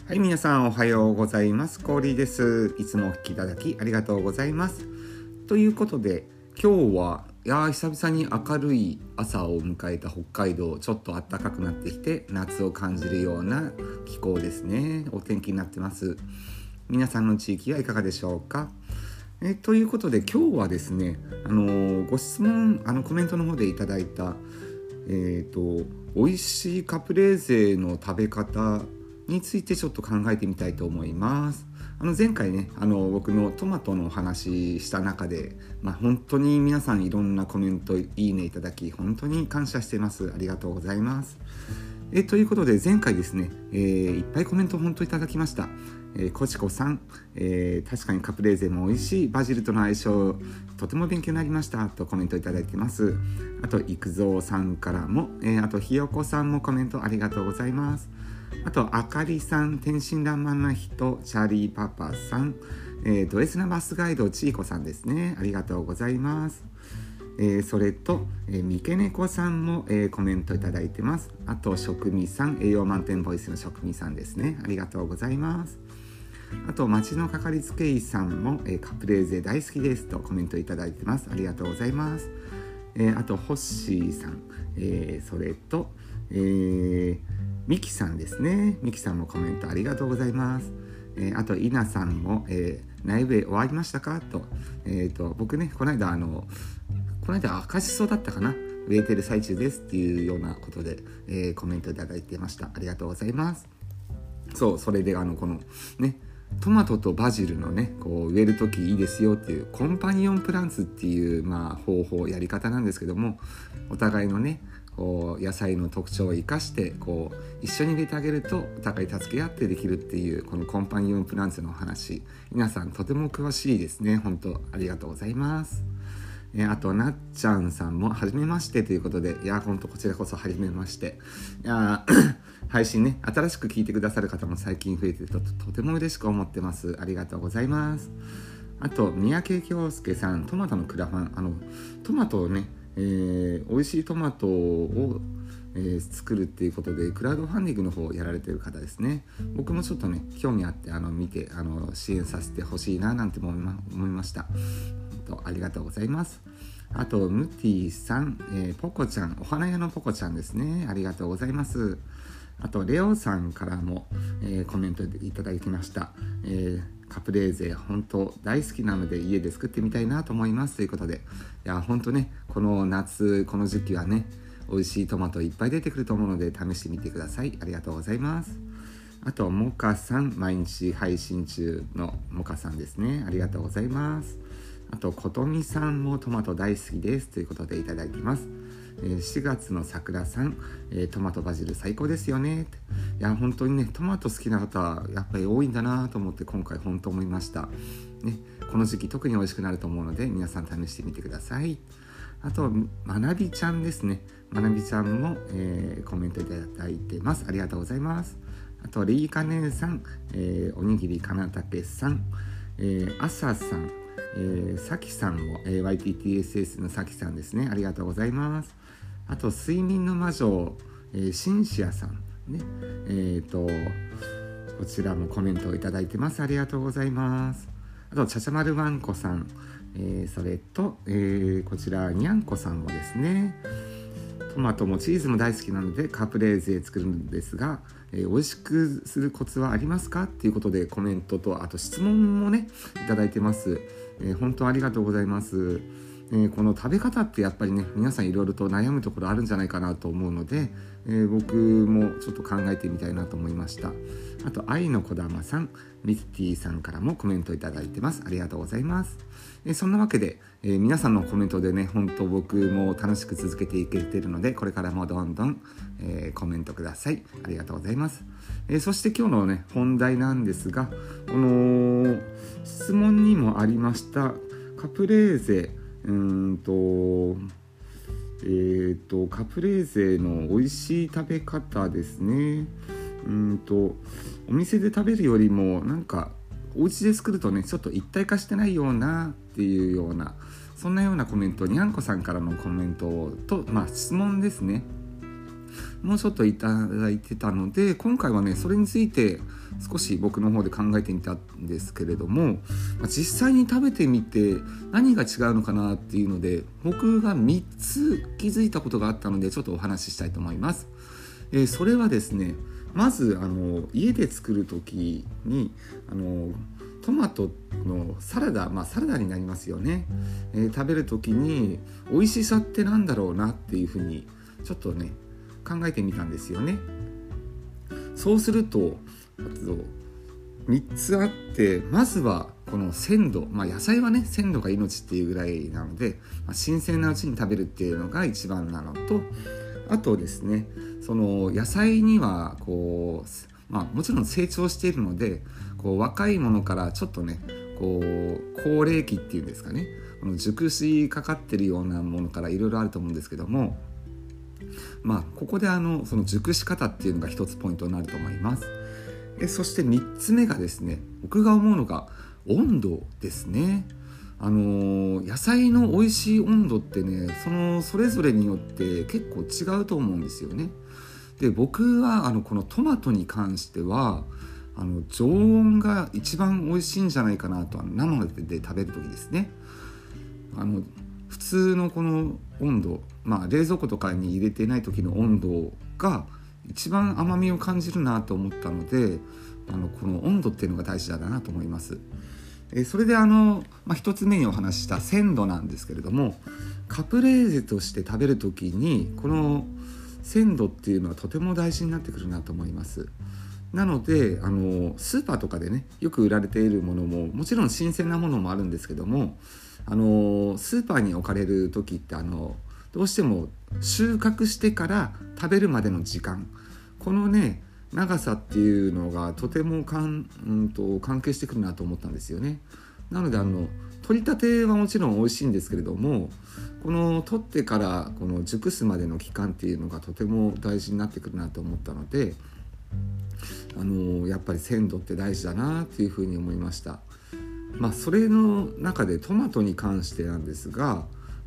はい、皆さんおはようございます。氷です。いつもお聞きいただきありがとうございます。ということで、今日は久々に明るい朝を迎えた北海道、ちょっと暖かくなってきて夏を感じるような気候ですね。お天気になってます。皆さんの地域はいかがでしょうか。ということで今日はですね、ご質問コメントの方でいただいた美味しいカプレーゼの食べ方についてちょっと考えてみたいと思います。前回ね僕のトマトのお話した中で、本当に皆さんいろんなコメントいいねいただき本当に感謝しています。ありがとうございます。ということで前回ですね、いっぱいコメント本当いただきました。コチコさん、確かにカプレーゼも美味しい、バジルとの相性とても勉強になりましたとコメントいただいてます。あと育三さんからも、あとひよこさんもコメントありがとうございます。あとあかりさん、天真爛漫な人、チャーリーパパさん、ド S なバスガイドちいこさんですね、ありがとうございます。それと、三毛猫さんも、コメントいただいてます。あと食味さん、栄養満点ボイスの食味さんですね、ありがとうございます。あと町のかかりつけ医さんも、カプレーゼ大好きですとコメントいただいてます。ありがとうございます。あとホッシーさん、それと、ミキさんですね、ミキさんもコメントありがとうございます。あとイナさんも、苗植え終わりましたかと、僕ねこの間赤しそだったかな、植えてる最中ですっていうようなことで、コメントいただいてました。ありがとうございます。それでこのねトマトとバジルのねこう植えるときいいですよっていうコンパニオンプランツっていう方法やり方なんですけども、お互いのねこう野菜の特徴を生かしてこう一緒に入れてあげるとお互い助け合ってできるっていうこのコンパニオンプランツのお話、皆さんとても詳しいですね。本当ありがとうございます。あとなっちゃんさんもはじめましてということで、本当こちらこそはじめまして。配信ね新しく聞いてくださる方も最近増えてとても嬉しく思ってます。ありがとうございます。あと三宅京介さん、トマトのクラファン、トマトをね、美味しいトマトを作るっていうことでクラウドファンディングの方をやられている方ですね。僕もちょっとね興味あって見て支援させてほしいななんて思いました。ありがとうございます。あとムティさん、ポコちゃん、お花屋のポコちゃんですね、ありがとうございます。あとレオさんからも、コメントいただきました。カプレーゼ本当大好きなので家で作ってみたいなと思いますということで、本当ねこの夏この時期はね美味しいトマトいっぱい出てくると思うので試してみてください。ありがとうございます。あとモカさん、毎日配信中のモカさんですね、ありがとうございます。あとことみさんもトマト大好きですということでいただいています。4月の桜さん、トマトバジル最高ですよね。本当にねトマト好きな方やっぱり多いんだなと思って今回本当思いました、ね、この時期特に美味しくなると思うので皆さん試してみてください。あとまなびちゃんですね、まなびちゃんも、コメントいただいてます。ありがとうございます。あとリーカ姉さん、おにぎりかなたけさん、あささん、さきさんも、YTTSS のさきさんですね、ありがとうございます。あと睡眠の魔女、シンシアさんね、こちらもコメントをいただいてます。ありがとうございます。あとちゃちゃまるわんこさん、それと、こちらにゃんこさんもですね、トマトもチーズも大好きなのでカプレーゼ作るんですが、美味しくするコツはありますかっていうことでコメントとあと質問もねいただいてます。本当ありがとうございます。この食べ方ってやっぱりね皆さんいろいろと悩むところあるんじゃないかなと思うので、僕もちょっと考えてみたいなと思いました。あと愛のこだまさん、ミッティさんからもコメントいただいてます。ありがとうございます。そんなわけで、皆さんのコメントでね本当僕も楽しく続けていけているのでこれからもどんどん、コメントください。ありがとうございます。そして今日のね本題なんですが、質問にもありましたカプレーゼカプレーゼの美味しい食べ方ですね。お店で食べるよりもなんかお家で作るとねちょっと一体化してないようなっていうようなそんなようなコメント、にゃんこさんからのコメントと、質問ですね。 もうちょっといただいてたので、今回はねそれについて少し僕の方で考えてみたんですけれども、実際に食べてみて何が違うのかなっていうので、僕が3つ気づいたことがあったのでちょっとお話ししたいと思います。それはですね、まず家で作る時にトマトのサラダ、サラダになりますよね。食べる時に美味しさってなんだろうなっていうふうにちょっとね考えてみたんですよね。そうすると3つあって、まずはこの鮮度、野菜はね鮮度が命っていうぐらいなので、新鮮なうちに食べるっていうのが一番なのと、あとですね、その野菜にはこう、もちろん成長しているので、こう若いものからちょっとねこう高齢期っていうんですかね、この熟しかかってるようなものからいろいろあると思うんですけども、ここでその熟し方っていうのが一つポイントになると思います。そして3つ目がですね、僕が思うのが温度ですね。野菜の美味しい温度ってね、それぞれによって結構違うと思うんですよね。で、僕はこのトマトに関しては常温が一番美味しいんじゃないかなと、生で食べる時ですね。普通のこの温度、冷蔵庫とかに入れていない時の温度が一番甘みを感じるなと思ったので、この温度っていうのが大事だなと思います。それで一つ目にお話しした鮮度なんですけれども、カプレーゼとして食べる時にこの鮮度っていうのはとても大事になってくるなと思います。なのでスーパーとかでねよく売られているものももちろん新鮮なものもあるんですけども、スーパーに置かれる時ってどうしても収穫してから食べるまでの時間、このね長さっていうのがとても関係してくるなと思ったんですよね。なので取りたてはもちろん美味しいんですけれども、この取ってからこの熟すまでの期間っていうのがとても大事になってくるなと思ったので、やっぱり鮮度って大事だなっていうふうに思いました。それの中でトマトに関してなんですが、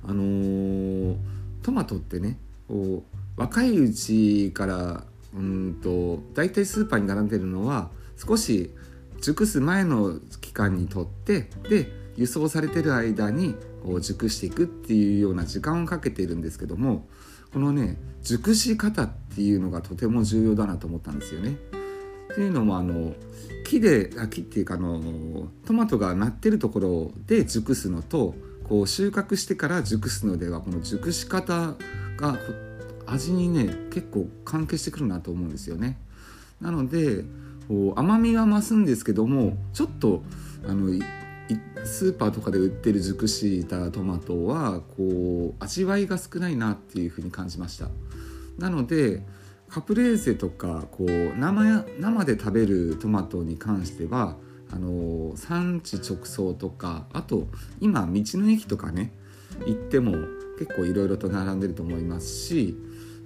トマトってね若いうちからだいたいスーパーに並んでるのは少し熟す前の期間にとって、で輸送されてる間に熟していくっていうような時間をかけているんですけども、このね熟し方っていうのがとても重要だなと思ったんですよね。っていうのも木っていうかトマトがなってるところで熟すのと、こう収穫してから熟すのではこの熟し方が味にね結構関係してくるなと思うんですよね。なので甘みは増すんですけども、ちょっとスーパーとかで売ってる熟したトマトはこう味わいが少ないなっていうふうに感じました。なのでカプレーゼとかこう生で食べるトマトに関しては産地直送とか、あと今道の駅とかね行っても結構いろいろと並んでると思いますし、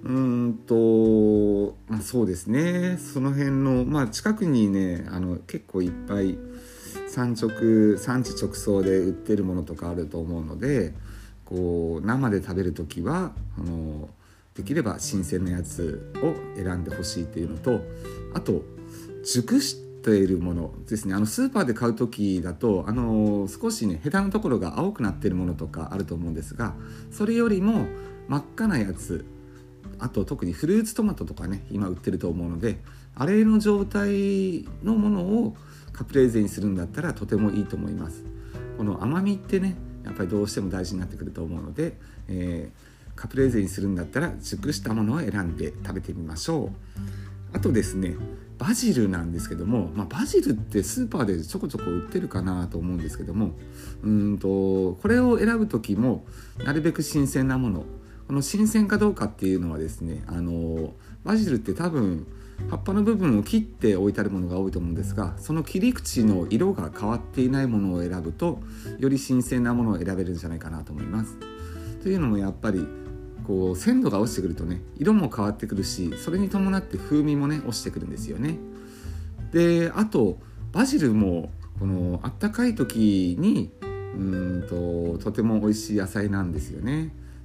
そうですね、その辺の、近くにね結構いっぱい産地直送で売ってるものとかあると思うので、こう生で食べるときはできれば新鮮なやつを選んでほしいっていうのと、あと熟しているものですね。スーパーで買う時だと少しねヘタのところが青くなっているものとかあると思うんですが、それよりも真っ赤なやつ、あと特にフルーツトマトとかね今売ってると思うので、あれの状態のものをカプレーゼにするんだったらとてもいいと思います。この甘みってねやっぱりどうしても大事になってくると思うので、カプレーゼにするんだったら熟したものを選んで食べてみましょう。あとですね、バジルなんですけども、バジルってスーパーでちょこちょこ売ってるかなと思うんですけども、これを選ぶ時もなるべく新鮮なもの、この新鮮かどうかっていうのはですね、バジルって多分葉っぱの部分を切って置いてあるものが多いと思うんですが、その切り口の色が変わっていないものを選ぶとより新鮮なものを選べるんじゃないかなと思います。というのもやっぱりこう鮮度が落ちてくるとね色も変わってくるし、それに伴って風味もね落ちてくるんですよね。であとバジルもこのあったかい時にとても美味しい野菜なんですよね。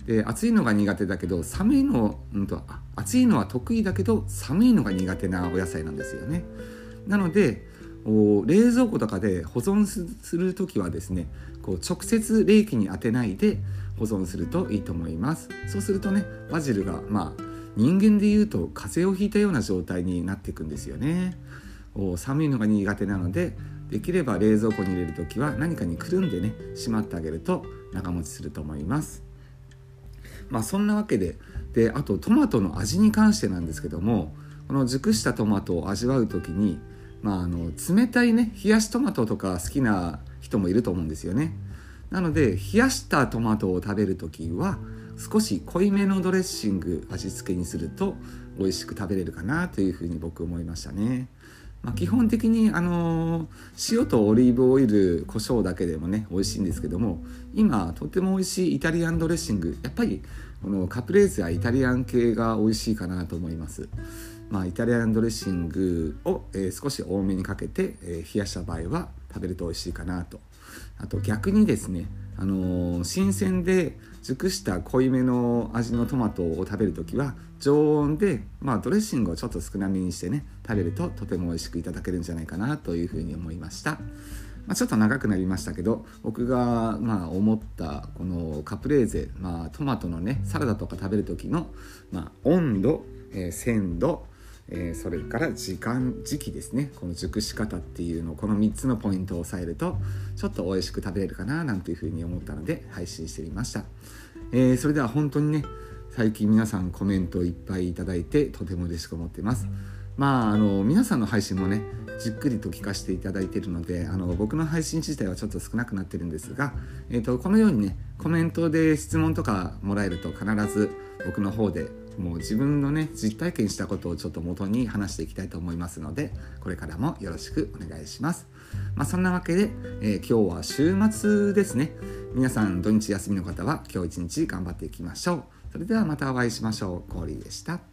で暑いのが苦手だけど寒いの、暑いのは得意だけど寒いのが苦手なお野菜なんですよね。なので冷蔵庫とかで保存するときはですね、こう直接冷気に当てないで保存するといいと思います。そうするとね、バジルが人間でいうと風邪をひいたような状態になっていくんですよね。寒いのが苦手なので、できれば冷蔵庫に入れるときは何かにくるんでね、しまってあげると長持ちすると思います。そんなわけで、あとトマトの味に関してなんですけども、この熟したトマトを味わうときに、冷たいね、冷やしトマトとか好きな人もいると思うんですよね。なので冷やしたトマトを食べるときは少し濃いめのドレッシング味付けにすると美味しく食べれるかなというふうに僕思いましたね。基本的に塩とオリーブオイル、胡椒だけでもね美味しいんですけども、今とても美味しいイタリアンドレッシング、やっぱりこのカプレーゼやイタリアン系が美味しいかなと思います。イタリアンドレッシングを、少し多めにかけて、冷やした場合は食べると美味しいかなと。あと逆にですね、新鮮で熟した濃いめの味のトマトを食べるときは常温で、ドレッシングをちょっと少なめにしてね食べるととても美味しくいただけるんじゃないかなというふうに思いました。ちょっと長くなりましたけど、僕が思ったこのカプレーゼ、トマトのねサラダとか食べるときの、温度、鮮度、それから時期ですね、この熟し方っていうの、この3つのポイントを押さえるとちょっと美味しく食べれるかななんていうふうに思ったので配信してみました。それでは本当にね、最近皆さんコメントをいっぱいいただいてとても嬉しく思っています。皆さんの配信もねじっくりと聞かせていただいているので、僕の配信自体はちょっと少なくなってるんですが、このようにねコメントで質問とかもらえると必ず僕の方でもう自分のね実体験したことをちょっと元に話していきたいと思いますので、これからもよろしくお願いします。そんなわけで、今日は週末ですね。皆さん土日休みの方は今日一日頑張っていきましょう。それではまたお会いしましょう。コーリーでした。